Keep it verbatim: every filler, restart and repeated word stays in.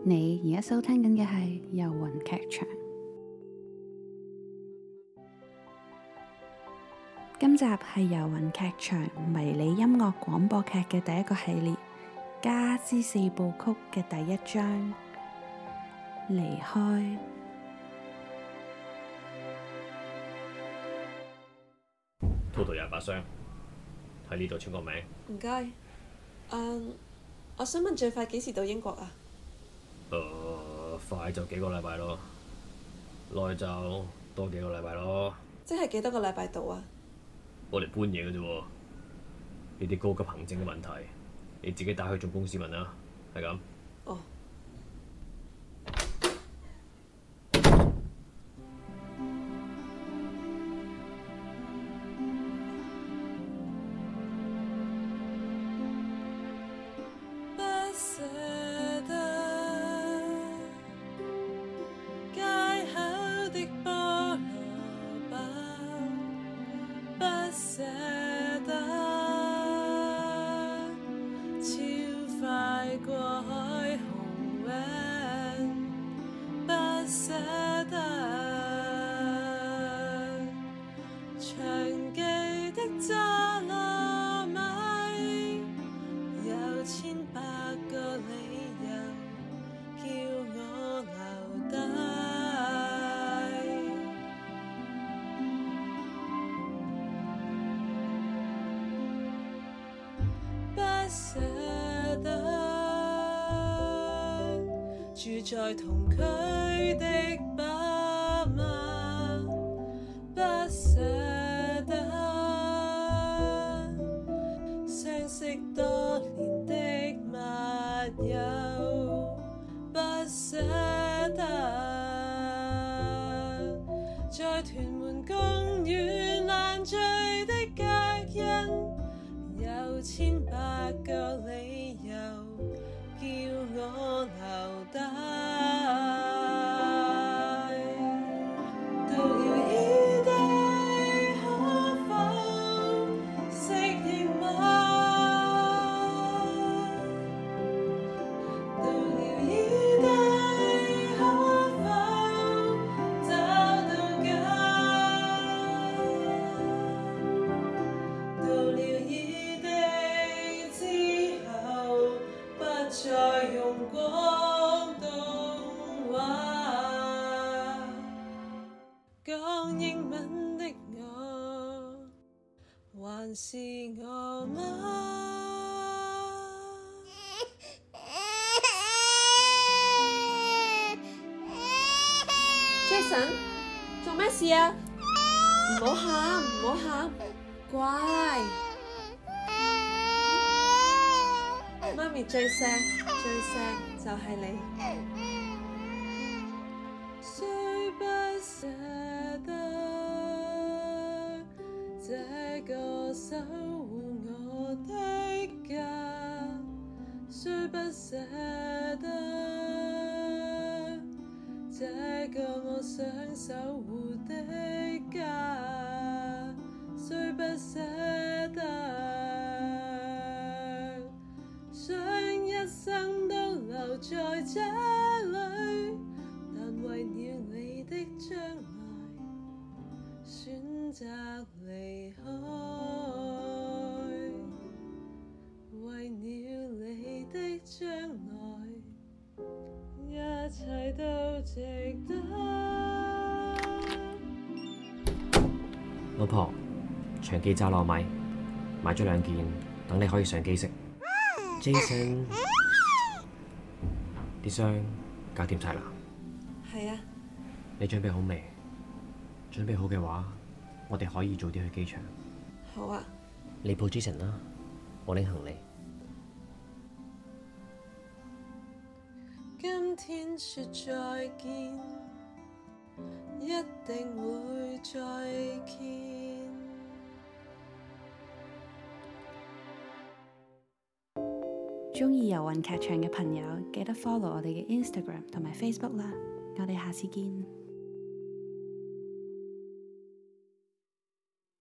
你而家收聽緊嘅係遊雲劇場。今集係遊雲劇場迷你音樂廣播劇嘅第一個系列《家之四部曲》嘅第一章離開。 Total 廿八箱，喺呢度簽個名。 唔該。誒，我想問最快幾時到英國啊？ 誒、呃，快就幾個禮拜咯，耐就多幾個禮拜咯。 即係幾多個禮拜到啊？ 我哋搬嘢嘅啫喎，呢啲高級行政嘅問題，你自己帶去總公司問啦，係咁。 哦。捨得住在同區的爸媽，不捨得相識多年的密友，不捨得在屯門公園爛醉的腳印，有千百個理由叫我留低。到了異地可否適應嗎？到了異地可否找到家？到了異地之後不再用廣東話，講英文的我還是我嗎？ Jason， 做咩事啊？唔好喊，唔好喊，乖。媽咪最錫最錫就係你。雖不捨得這個守護我的家，雖不捨得這個我想守護的家，雖不捨得想一生都留在這裡，但為了你的將來選擇離開，為了你的將來一切都值得。 老婆，長記炸糯米買咗兩件，等你可以上機食。Jason， 啲箱搞掂晒啦。 係啊。 你準備好未？準備好嘅話，我哋可以早啲去機場。 好啊。 你抱 Jason 啦，我拎行李。 今天說再見，一定會再見。 鍾意遊雲劇場嘅朋友，記得 follow 我哋嘅 Instagram 同埋 Facebook 啦！我哋下次見。